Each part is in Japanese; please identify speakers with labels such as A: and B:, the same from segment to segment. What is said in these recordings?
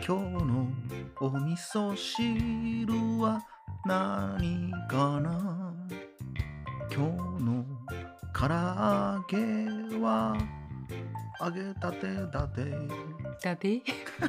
A: 今日のお味噌汁は何かな。今日の唐揚げは揚げたてだて。
B: だで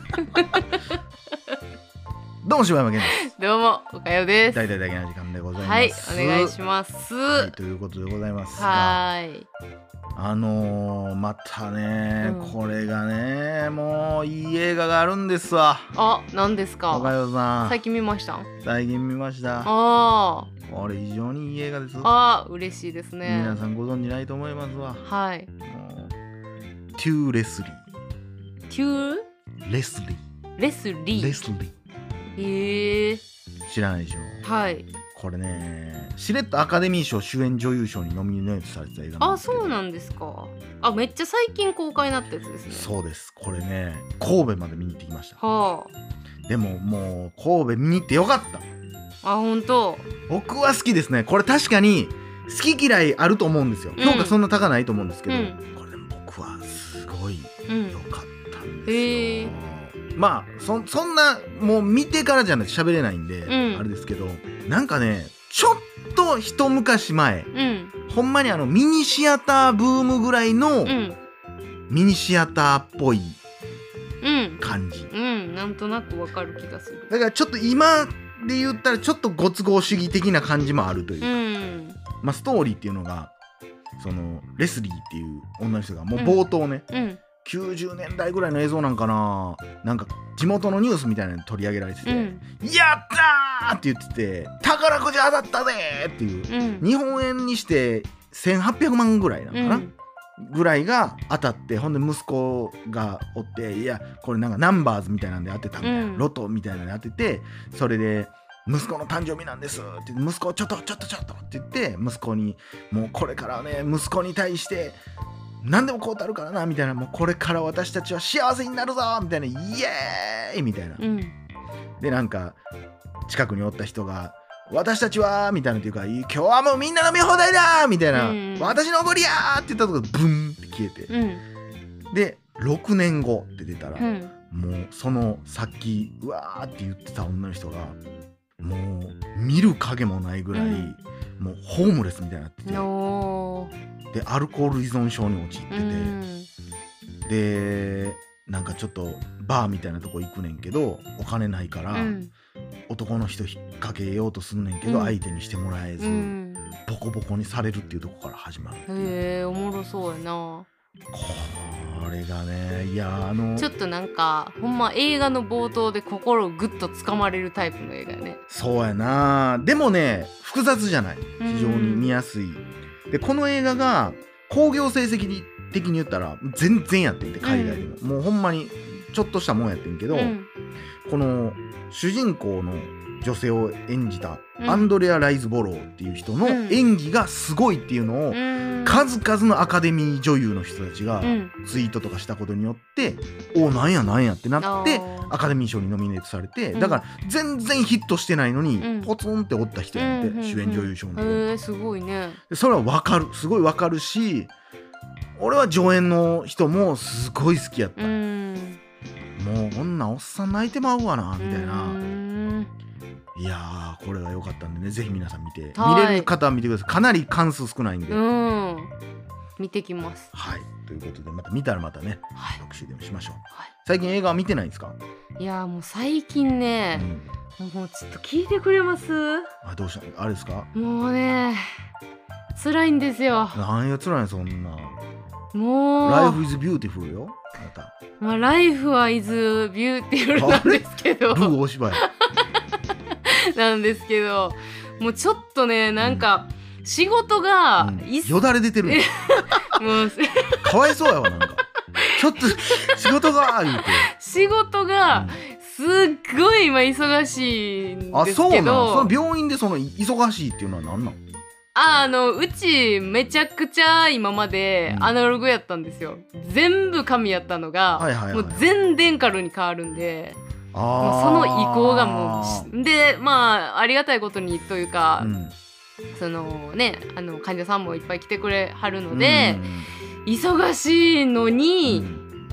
A: どうも柴山健です。
B: どうもおかよです。
A: 大々だけな時間でございます。
B: はい、お願いします。
A: はい、ということでございますが、
B: はい。
A: またね、これがね、もういい映画があるんですわ。
B: あ、何ですか。
A: おかよさん。
B: 最近見ました。
A: 最近見ました。
B: あ
A: これ非常にいい映画です。
B: あ、嬉しいですね。
A: 皆さんご存知ないと思いますわ。
B: はい。
A: もうトゥーレスリー。
B: トゥー
A: レスリー。
B: レスリー。
A: レスリー。
B: へえ。
A: 知らないでしょ。
B: はい。
A: これね、しれっとアカデミー賞主演女優賞にノミネートされてた映画なん
B: あ、
A: ですけど。
B: そうなんですか。あ、めっちゃ最近公開になったやつですね。
A: そうです。これね、神戸まで見に行ってきました。
B: は
A: でももう神戸見に行ってよかった。
B: あ。あ、本当。
A: 僕は好きですね。これ確かに好き嫌いあると思うんですよ。評価そんな高ないと思うんですけど、これ僕はすごい良かったんですよ。まあそんなもう見てからじゃなくて喋れないんで、あれですけど、なんかね、ちょっと一昔前、ほんまにミニシアターブームぐらいの、ミニシアターっぽい感じ、
B: なんとなくわかる気がする。
A: だからちょっと今で言ったらちょっとご都合主義的な感じもあるというか、まあストーリーっていうのがそのレスリーっていう女の人がもう冒頭ね、90年代ぐらいの映像なんかな、なんか地元のニュースみたいなの取り上げられてて、やったーって言ってて、宝くじ当たったでーっていう、日本円にして1800万ぐらいなのかな、ぐらいが当たって、ほんで息子がおって、いやこれなんかナンバーズみたいなんで当てたみたいな、ロトみたいなので当てて、それで息子の誕生日なんですって言って、息子ちょっとって言って、息子にもうこれからね、息子に対して何でもこうたるからなみたいな、もうこれから私たちは幸せになるぞみたいな、イエーイみたいな、でなんか近くにおった人が私たちはみたいなっていうか、今日はもうみんな飲み放題だみたいな、私のおごりやーって言ったところでブンって消えて、で6年後って出たら、もうそのさっきうわーって言ってた女の人がもう見る影もないぐらい、もうホームレスみたいになってて、でアルコール依存症に陥ってて、でなんかちょっとバーみたいなとこ行くねんけど、お金ないから、男の人引っ掛けようとすんねんけど、相手にしてもらえず、ボコボコにされるっていうとこから始まる。
B: へえ、おもろそうやな。
A: これがね、いや
B: ちょっとなんかほんま映画の冒頭で心をグッと掴まれるタイプの映画やね。
A: そうやな。でもね、複雑じゃない、非常に見やすい。でこの映画が興行成績的に言ったら全然やってんて、海外でも、もうほんまにちょっとしたもんやってんけど、この主人公の女性を演じたアンドレア・ライズボローっていう人の演技がすごいっていうのを、数々のアカデミー女優の人たちがツイートとかしたことによって、おなんやってなってアカデミー賞にノミネートされて、だから全然ヒットしてないのにポツンっておった人やって、主演女優賞の。
B: すごいね。
A: それは分かる、すごい分かるし、俺は助演の人もすごい好きやった。もうこんなおっさん泣いてまうわなみたいな。いやー、これが良かったんでね、ぜひ皆さん見て、見れる方は見てください。かなり関数少ないんで、見てきます。はい、ということで、また見たらまたね、特集でもしましょう。最近映画は見てないんですか？
B: いやもう最近ね、もうちょっと聞いてくれます？
A: あ、どうしたの？あれですか？
B: もうね、辛いんですよ。
A: 何が辛いのそんな。
B: もう
A: Life is beautiful よ、あなた。
B: まあ、Life is beautiful なんですけど
A: ブーお芝居
B: なんですけど、もうちょっとね、なんか仕事が、
A: よだれ出てる
B: もう
A: かわいそうやわ、なんかちょっと仕事が言うて、
B: 仕事がすっごい今忙しいんですけど。
A: あ、そうなん。その病院でその忙しいっていうのは何なの？
B: うちめちゃくちゃ今までアナログやったんですよ。全部紙やったのが、もう全デンカルに変わるんで、もうその移行がもうで、まあありがたいことにというか、そのね、患者さんもいっぱい来てくれはるので、忙しいのに、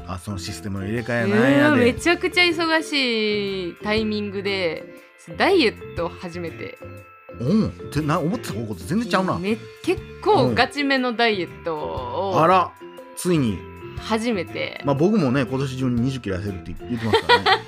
A: あ、そのシステムの入れ替えなんやで、
B: めちゃくちゃ忙しいタイミングでダイエットを始めて、
A: 思ってたこと全然ちゃうな。
B: 結構ガチめのダイエットを
A: あらついに
B: 初めて、
A: まあ僕もね今年中に20キロ痩せるって言ってますからね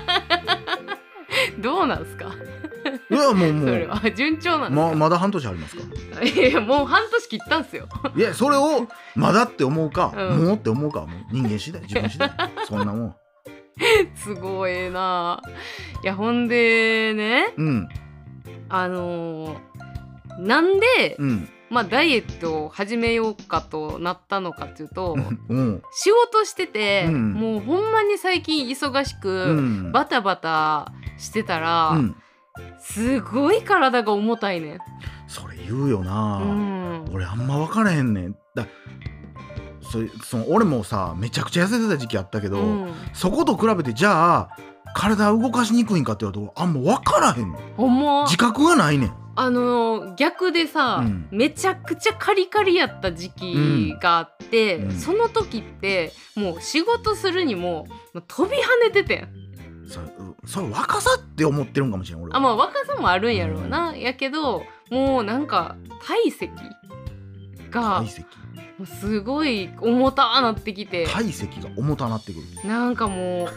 B: どうなんすか
A: いやもう
B: それは順調なんですか。
A: まだ半年ありますか。
B: いやもう半年切ったんすよ
A: いやそれをまだって思うか、もうって思うかもう人間次第、自分次第そんなもん
B: すごいな。いやほんでね、なんで、まあダイエットを始めようかとなったのかっていうと、仕事してて、もうほんまに最近忙しく、バタバタしてたら、すごい体が重たいねん。
A: それ言うよな、俺あんま分からへんねんだ。その俺もさめちゃくちゃ痩せてた時期あったけど、そこと比べてじゃあ体動かしにくいんかって言うとあんま分からへんの。
B: ほんま
A: 自覚がないねん。
B: 逆でさ、めちゃくちゃカリカリやった時期があって、その時ってもう仕事するにも飛び跳ねててん。
A: それ若さって思ってるんかもしれん俺は。
B: まあ若さもあるんやろうな、やけどもうなんか体積がもうすごい重たなってきて、
A: 体積が重たなってくる。
B: なんかもう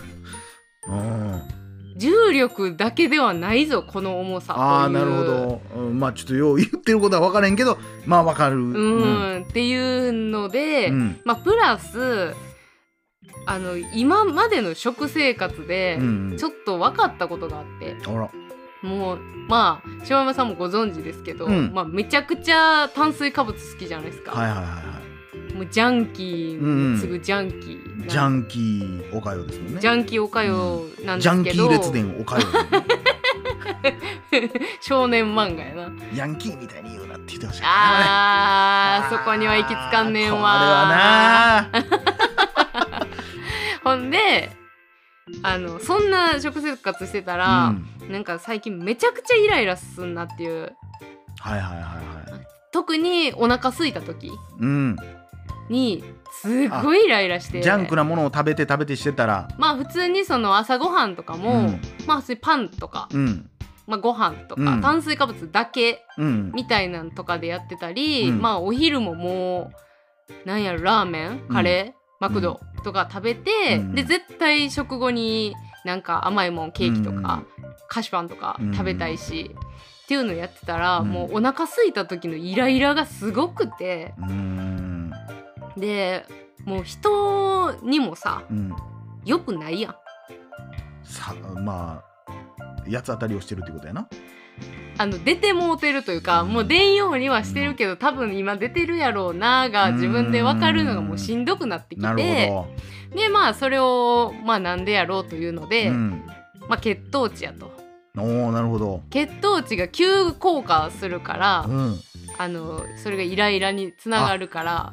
B: 重力だけではないぞこの重さという。
A: ああなるほど、まあちょっとよう言ってることは分からへんけどまあ分かる、
B: っていうので、まあプラス今までの食生活でちょっと分かったことがあって、もうまあ柴山さんもご存知ですけど、まあめちゃくちゃ炭水化物好きじゃないですか。もうジャンキーに次ぐジャンキー、
A: ジャンキーおかよですもんね。
B: ジャンキーおかよなんですけど、
A: ジャンキー列伝おかよ、
B: 少年漫画やな。
A: ヤンキーみたいに言うなって言ってほしい。
B: そこには行きつかんねんわ。
A: これはな
B: ほんでそんな食生活してたら、なんか最近めちゃくちゃイライラすんなっていう。特にお腹空いた時にすごいイライラして、
A: ジャンクなものを食べてしてたら、
B: まあ普通にその朝ごはんとかも、まあ普通にパンとか、まあ、ご飯とか、炭水化物だけみたいなんとかでやってたり、まあお昼ももうなんやろラーメンカレー、マクドとか食べて、で絶対食後になんか甘いもんケーキとか、菓子パンとか食べたいし、っていうのやってたら、もうお腹空いた時のイライラがすごくて、でもう人にもさ、よくないやん。
A: まあ八つ当たりをしてるってことやな。
B: 出てもうてるというか、もう出んようにはしてるけど、多分今出てるやろうなが自分で分かるのがもうしんどくなってきて、でまあそれをまあなんでやろうというので、まあ血糖値やと。
A: なるほど。
B: 血糖値が急降下するから、それがイライラにつながるから、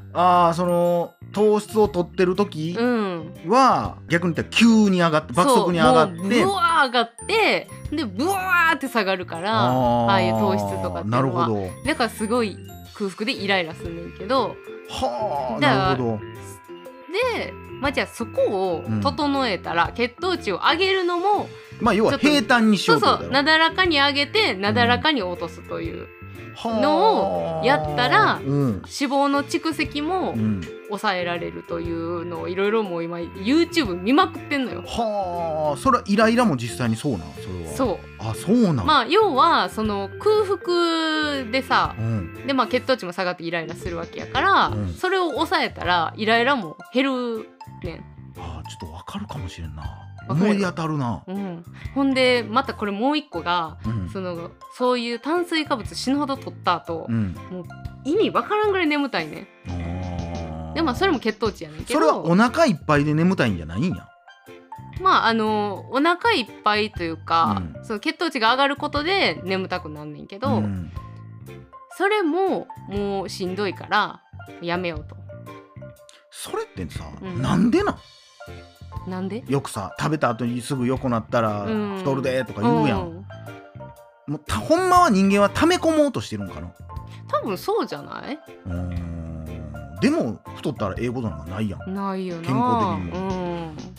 A: その糖質を取ってる時は、逆に言ったら急に上がって爆速に上がって、
B: ブワー上がってでブワーって下がるから、ああいう糖質とかっていうのはだからすごい空腹でイライラすんねんけど、
A: なるほど。
B: でまあじゃあそこを整えたら、血糖値を上げるのも
A: まあ要は平坦にしようと。
B: そうなだらかに上げてなだらかに落とすというのをやったら、脂肪の蓄積も抑えられるというのをいろいろもう今 YouTube 見まくってんのよ。
A: それはイライラも実際にそうなん？それはそうなん。
B: まあ要はその空腹でさ、でまあ血糖値も下がってイライラするわけやから、それを抑えたらイライラも減るねん。
A: ちょっとわかるかもしれんな。思い当たるな。
B: ほんでまたこれもう一個が、そういう炭水化物死ぬほど取った後、もう意味わからんぐらい眠たいね。でもそれも血糖値やねんけど、
A: それはお腹いっぱいで眠たいんじゃないんや。
B: まあお腹いっぱいというか、その血糖値が上がることで眠たくなんねんけど、それももうしんどいからやめようと。
A: それってさ、なんで
B: なんで？
A: よくさ食べた後にすぐ横なったら太るでとか言うやん。もうほんまは人間は溜め込もうとしてるんかな。
B: 多分そうじゃない？
A: でも太ったらええことなんかないやん。
B: ないよな。
A: 健康的にも。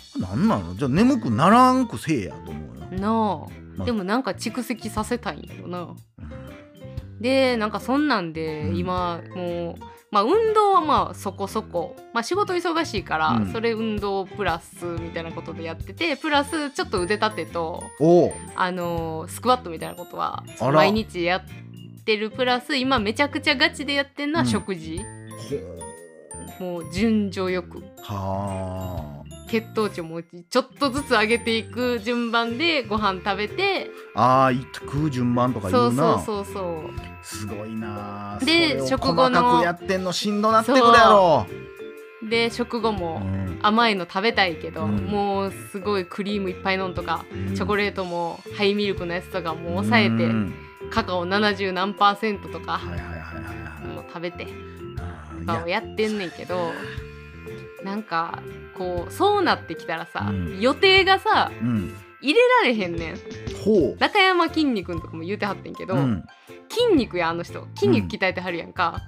A: なんなの？じゃあ眠くならんくせえやと思うよ
B: なあ、でもなんか蓄積させたいんよな、でなんかそんなんで、今もう運動はまあそこそこ、仕事忙しいから、それ運動プラスみたいなことでやってて、プラスちょっと腕立てとスクワットみたいなことは毎日やってる、プラス今めちゃくちゃガチでやってんのは食事、もう順序よく血糖値もちょっとずつ上げていく順番でご飯食べて、
A: 食う順番とか言うな。
B: そう
A: すごいな。
B: で食後の
A: 細かくやってんのしんどなってくるやろ。
B: で食後も甘いの食べたいけど、もうすごいクリームいっぱい飲んとか、チョコレートもハイミルクのやつとかも抑えて、カカオ70何%とかもう食べてとかをやってんねんけど、なんかこうそうなってきたらさ、予定がさ、入れられへんねん。中山きんに君とかも言うてはってんけど、筋肉やあの人筋肉鍛えてはるやんか、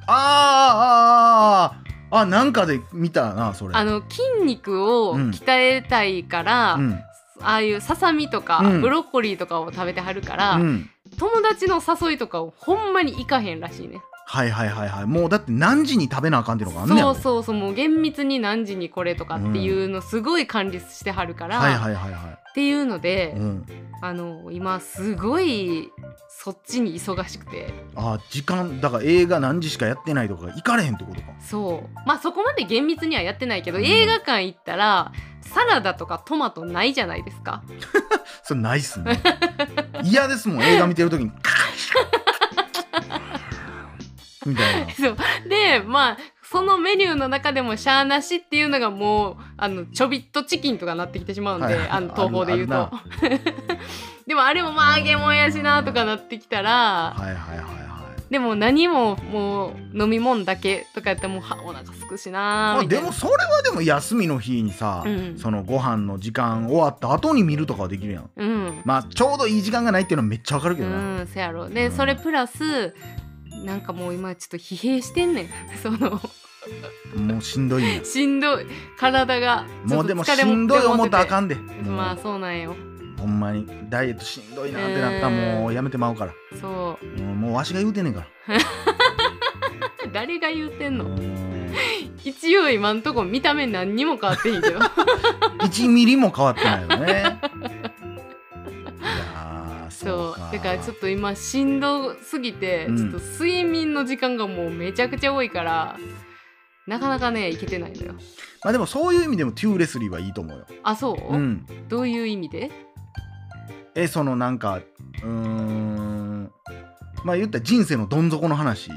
A: なんかで見たなそれ。
B: 筋肉を鍛えたいから、ああいうささみとか、ブロッコリーとかを食べてはるから、友達の誘いとかをほんまに行かへんらしいね。
A: もうだって何時に食べなあかんっていうのがあんねやろ。
B: そうもう厳密に何時にこれとかっていうのすごい管理してはるから、っていうので、今すごいそっちに忙しくて、
A: 時間だから映画何時しかやってないとか行かれへんってことか。
B: そうそこまで厳密にはやってないけど、映画館行ったらサラダとかトマトないじゃないですか。
A: それないっすね。嫌ですもん、映画見てる時にみたいな。
B: そうでそのメニューの中でもしゃーなしっていうのがもうちょびっとチキンとかなってきてしまうんで、東宝で言うとでもあれも揚げ物やしなとかなってきたら、でも何ももう飲み物だけとかやったらもうお腹すくしなみたいな。
A: でもそれはでも休みの日にさ、そのご飯の時間終わった後に見るとかはできるやん、ちょうどいい時間がないっていうのはめっちゃわかるけどな。
B: そうやろ。で、それプラスなんかもう今ちょっと疲弊してんねん。
A: もうしんどいね。
B: しんどい体が
A: もうでもしんどい思ったらあかんで。
B: そうなんよ。
A: ほんまにダイエットしんどいなってなったらもうやめてまうから。もうわしが言うてんねんから
B: 誰が言うてんの。一応今んとこ見た目何にも変わってへんけど
A: 1ミリも変わってないよね。
B: だからちょっと今しんどすぎて、ちょっと睡眠の時間がもうめちゃくちゃ多いからなかなかねいけてないのよ。
A: でもそういう意味でもトゥーレスリーはいいと思うよ。
B: そう、どういう意味で？
A: なんか言ったら人生のどん底の話や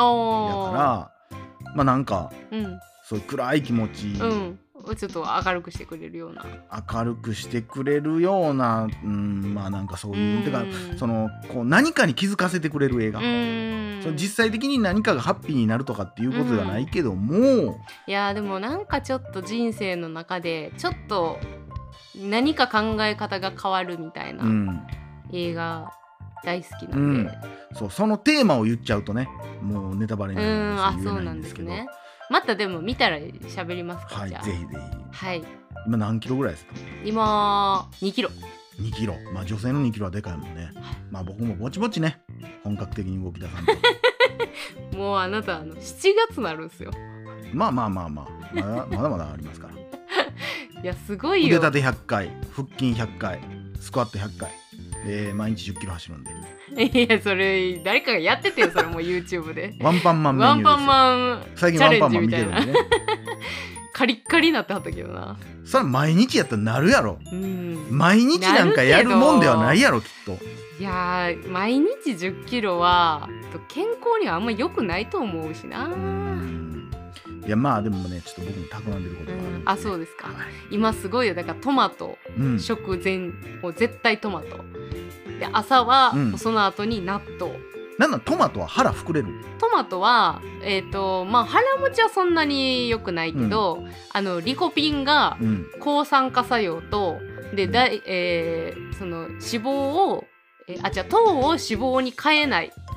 A: からなんか、そういう暗い気持ち、
B: ちょっと明るくしてくれるような
A: なんかそういう、てかこう何かに気づかせてくれる映画、実際的に何かがハッピーになるとかっていうことではないけども、
B: いやでもなんかちょっと人生の中でちょっと何か考え方が変わるみたいな映画大好きなんで、
A: そのテーマを言っちゃうとねもうネタバレになるんです。
B: そうなんですね。またでも見たら喋りますか。
A: ぜひぜひ。
B: はい。
A: 今何キロぐらいですか？
B: 今2キロ。
A: 2キロ。女性の2キロはでかいもんね。僕もぼちぼちね本格的に動き出さんと
B: もうあなた7月なるんですよ。
A: まだまだありますから
B: いやすごいよ。
A: 腕立て100回腹筋100回スクワット100回で毎日10キロ走るんで。
B: いやそれ誰かがやっててよ。それも YouTube で
A: ワンパンマンメニューですよ。
B: ワンパンマン
A: 最近ワンパンマン見てるんでね
B: カリッカリになってはったけどな。
A: それ毎日やったらなるやろ。毎日なんかやるもんではないやろきっと。
B: いや毎日10キロは健康にはあんま良くないと思うしな。
A: いやでもねちょっと僕も企んでることがあるんで、
B: そうですか。今すごいよ。だからトマト、食前もう絶対トマトで、朝はその後に納豆。
A: トマトは腹膨れる？
B: トマトは腹持ちはそんなに良くないけど、リコピンが抗酸化作用とでその脂肪を糖を脂肪に変えない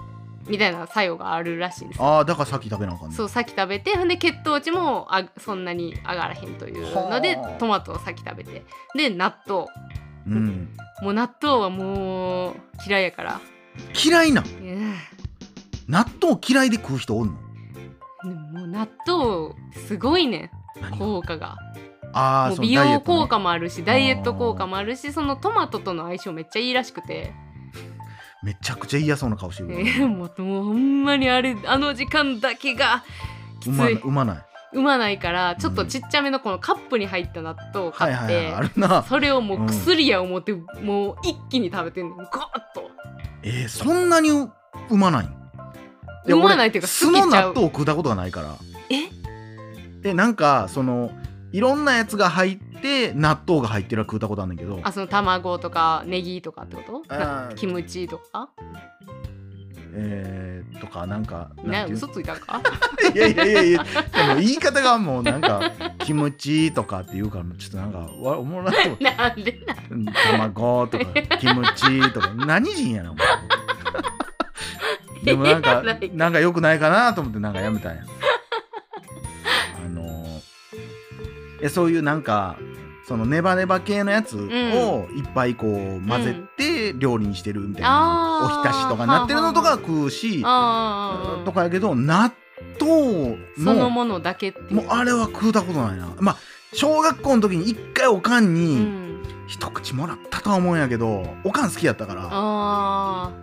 B: みたいな作用があるらしいんですよ。
A: ああ、だから先食べなあかんね。
B: そう、先食べて、ほんで血糖値もそんなに上がらへんというのでトマトを先食べて、で納豆、もう納豆はもう嫌いやから。
A: 嫌いな、納豆嫌いで食う人おんの？
B: もう納豆すごいね、効果が。もう美容効果もあるし、ダイエット効果もあるし、そのトマトとの相性めっちゃいいらしくて。
A: めちゃくちゃ嫌そうな顔してる。
B: もうほんまにあの時間だけがきつい。
A: うま
B: ないから、ちょっとちっちゃめのこのカップに入った納豆を買って、それをもう薬や思って、もう一気に食べてんの、ガーッと。
A: そんなにうまない？
B: うまないっていうか、
A: 酢の納豆を食ったことがないから。なんかそのいろんなやつが入って納豆が入ってるは食ったことあるんだけど。
B: その卵とかネギとかってこと？キムチとか？
A: とかなんか
B: 嘘ついたんか？
A: いやでも言い方がもうなんかキムチとかって言うから、ちょっとなんかおもろないと思って。
B: なんで
A: 卵とかキムチとか何人やなお前。でもなんか良くないかなと思ってなんかやめたんや。そういうなんかそのネバネバ系のやつをいっぱいこう混ぜて料理にしてるみたいな、おひたしとかなってるのとか食うしとかやけど、納豆の
B: そのものだけっていう、
A: もうあれは食うたことないな。まあ小学校の時に一回おかんに一口もらったとは思うんやけど、おかん好きやったから。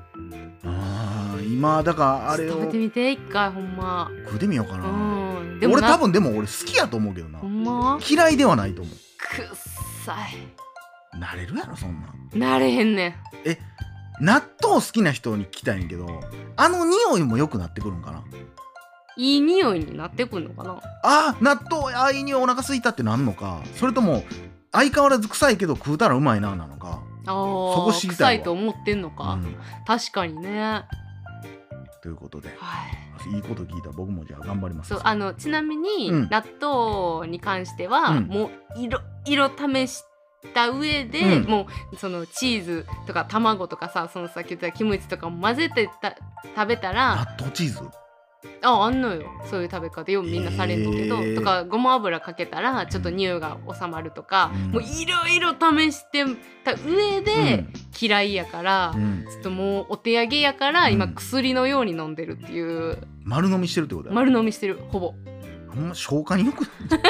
A: 今だからあれを
B: 食べてみて、一回ほんま
A: 食うてみようかな。俺多分でも俺好きやと思うけどな。
B: ほんま
A: 嫌いではないと思う。
B: くっさい。
A: なれるやろそんなん。
B: なれへんねん。
A: 納豆好きな人に聞きたいんやけど、匂いも良くなってくるんかな。
B: いい匂いになってくるのかな。
A: 納豆いい匂い、お腹空いたってなんのか、それとも相変わらず臭いけど食うたらうまいななのか。そこ知りたいわ。
B: 臭いと思ってんのか。確かにね。
A: ということで、いいこと聞いた。僕もじゃあ頑張ります。
B: ちなみに、納豆に関しては、もういろいろ試した上で、もうそのチーズとか卵とかさ、そのさっき言ったキムチとかも混ぜて食べたら。
A: 納豆チーズ？
B: あんのよ、そういう食べ方よみんなされんのけど、とかごま油かけたらちょっと匂いが収まるとか、もういろいろ試してた上で、嫌いやから、ちょっともうお手上げやから、今薬のように飲んでるっていう。
A: 丸飲みしてるってことだよ。
B: 丸飲みしてる、ほぼ。
A: 消化によく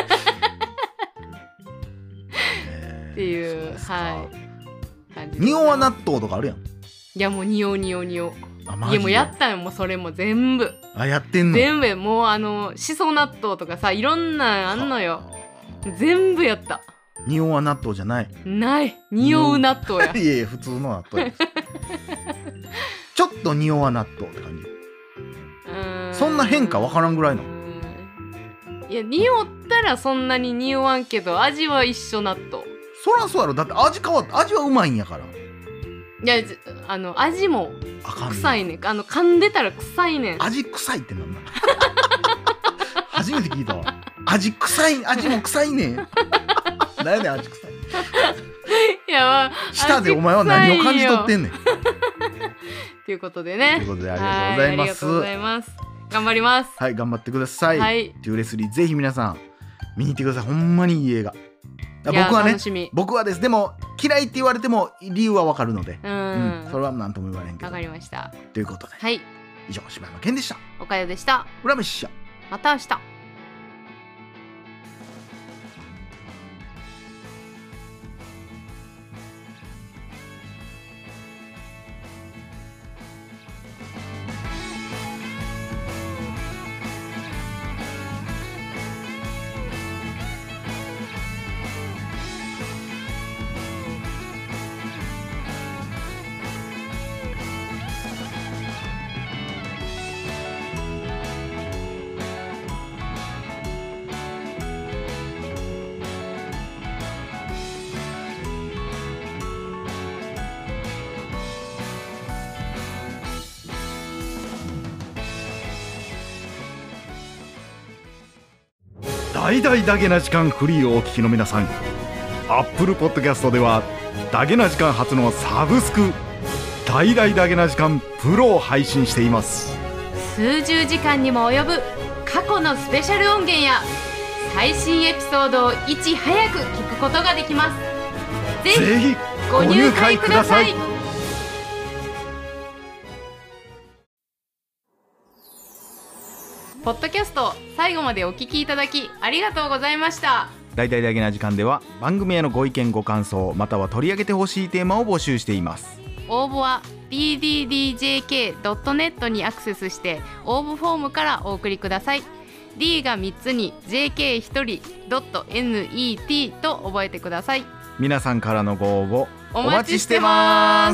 B: っていう感じ。
A: 匂わ納豆とかあるやん。い
B: やもう匂う。いやもうやったよ、もうそれも全部。
A: やってんの？
B: 全部もうしそ納豆とかさ、いろんなんあんのよ。全部やった。
A: 匂わ納豆じゃない。
B: 匂う納豆や。
A: いや普通の納豆や。ちょっと匂わ納豆って感じ。そんな変化わからんぐらいの。
B: いや匂ったらそんなに匂わんけど、味は一緒納豆。
A: そらそうやろ、だって味変わって、味はうまいんやから。
B: いや味も臭いねん。噛んでたら臭いねん。
A: 味臭いってなんだ。初めて聞いたわ。味臭い、味も臭いねん。何やねん味臭い。
B: いや
A: 舌でお前は何を感じ取ってんねん。
B: ということでね。
A: ということでありがとうございます。
B: ありがとうございます。頑張ります。
A: はい、頑張ってください。トゥーレスリーぜひ皆さん見に行ってください。ほんまにいい映画。僕はです。でも嫌いって言われても理由はわかるので、それは何とも言われんけど。
B: わかりました。
A: ということで、以上柴山健でした。
B: 岡代でした。
A: 浦飯社。
B: また明日。
A: 大々だけな時間フリーをお聞きの皆さん、Apple Podcast ではだけな時間初のサブスク大々だけな時間プロを配信しています。
B: 数十時間にも及ぶ過去のスペシャル音源や最新エピソードをいち早く聞くことができます。ぜひご入会ください。ポッドキャスト最後までお聞きいただきありがとうございました。
A: 大々だけな時間では番組へのご意見ご感想または取り上げてほしいテーマを募集しています。
B: 応募は bddjk.net にアクセスして応募フォームからお送りください。 D が3つに JK1 人 .net と覚えてください。
A: 皆さんからのご応募
B: お待ちしてます。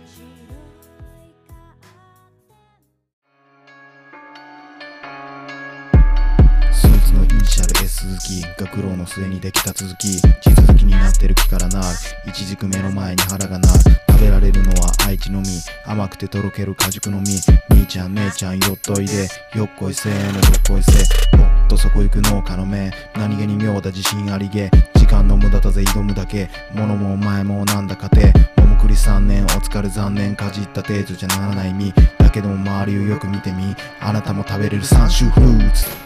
A: スーツのイニシャル S 続きが苦労の末にできた続き、地続きになってる木からなる一軸目の前に腹がなる。食べられるのは愛知の実、甘くてとろける果熟の実。兄ちゃん姉ちゃんよっといで、よっこいせーのどっこいせ。もっとそこ行く農家の目、何気に妙だ自信ありげ。時間の無駄だぜ挑むだけ、物もお前もなんだかて。桃栗3年お疲れ残念、かじった程度じゃならない実だけども周りをよく見てみ、あなたも食べれる3種フルーツ。